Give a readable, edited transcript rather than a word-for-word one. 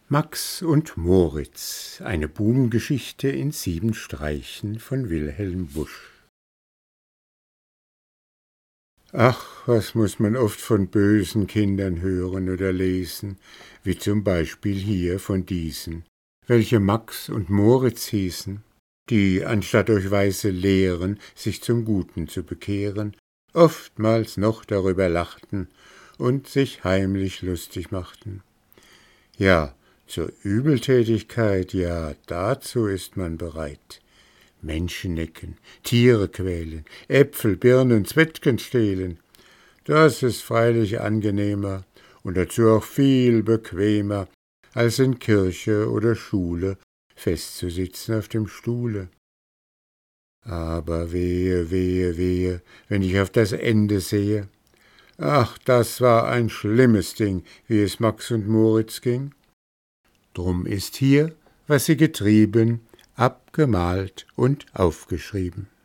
Max und Moritz, eine Bubengeschichte in 7 Streichen von Wilhelm Busch. Ach, was muß man oft von bösen Kindern hören oder lesen, wie zum Beispiel hier von diesen, welche Max und Moritz hießen, die, anstatt durch weise Lehren sich zum Guten zu bekehren, oftmals noch darüber lachten und sich heimlich lustig machten. Ja, zur Übeltätigkeit, ja, dazu ist man bereit. Menschen necken, Tiere quälen, Äpfel, Birnen, Zwetschgen stehlen. Das ist freilich angenehmer und dazu auch viel bequemer, als in Kirche oder Schule festzusitzen auf dem Stuhle. Aber wehe, wehe, wehe, wenn ich auf das Ende sehe. Ach, das war ein schlimmes Ding, wie es Max und Moritz ging. Drum ist hier, was sie getrieben, abgemalt und aufgeschrieben.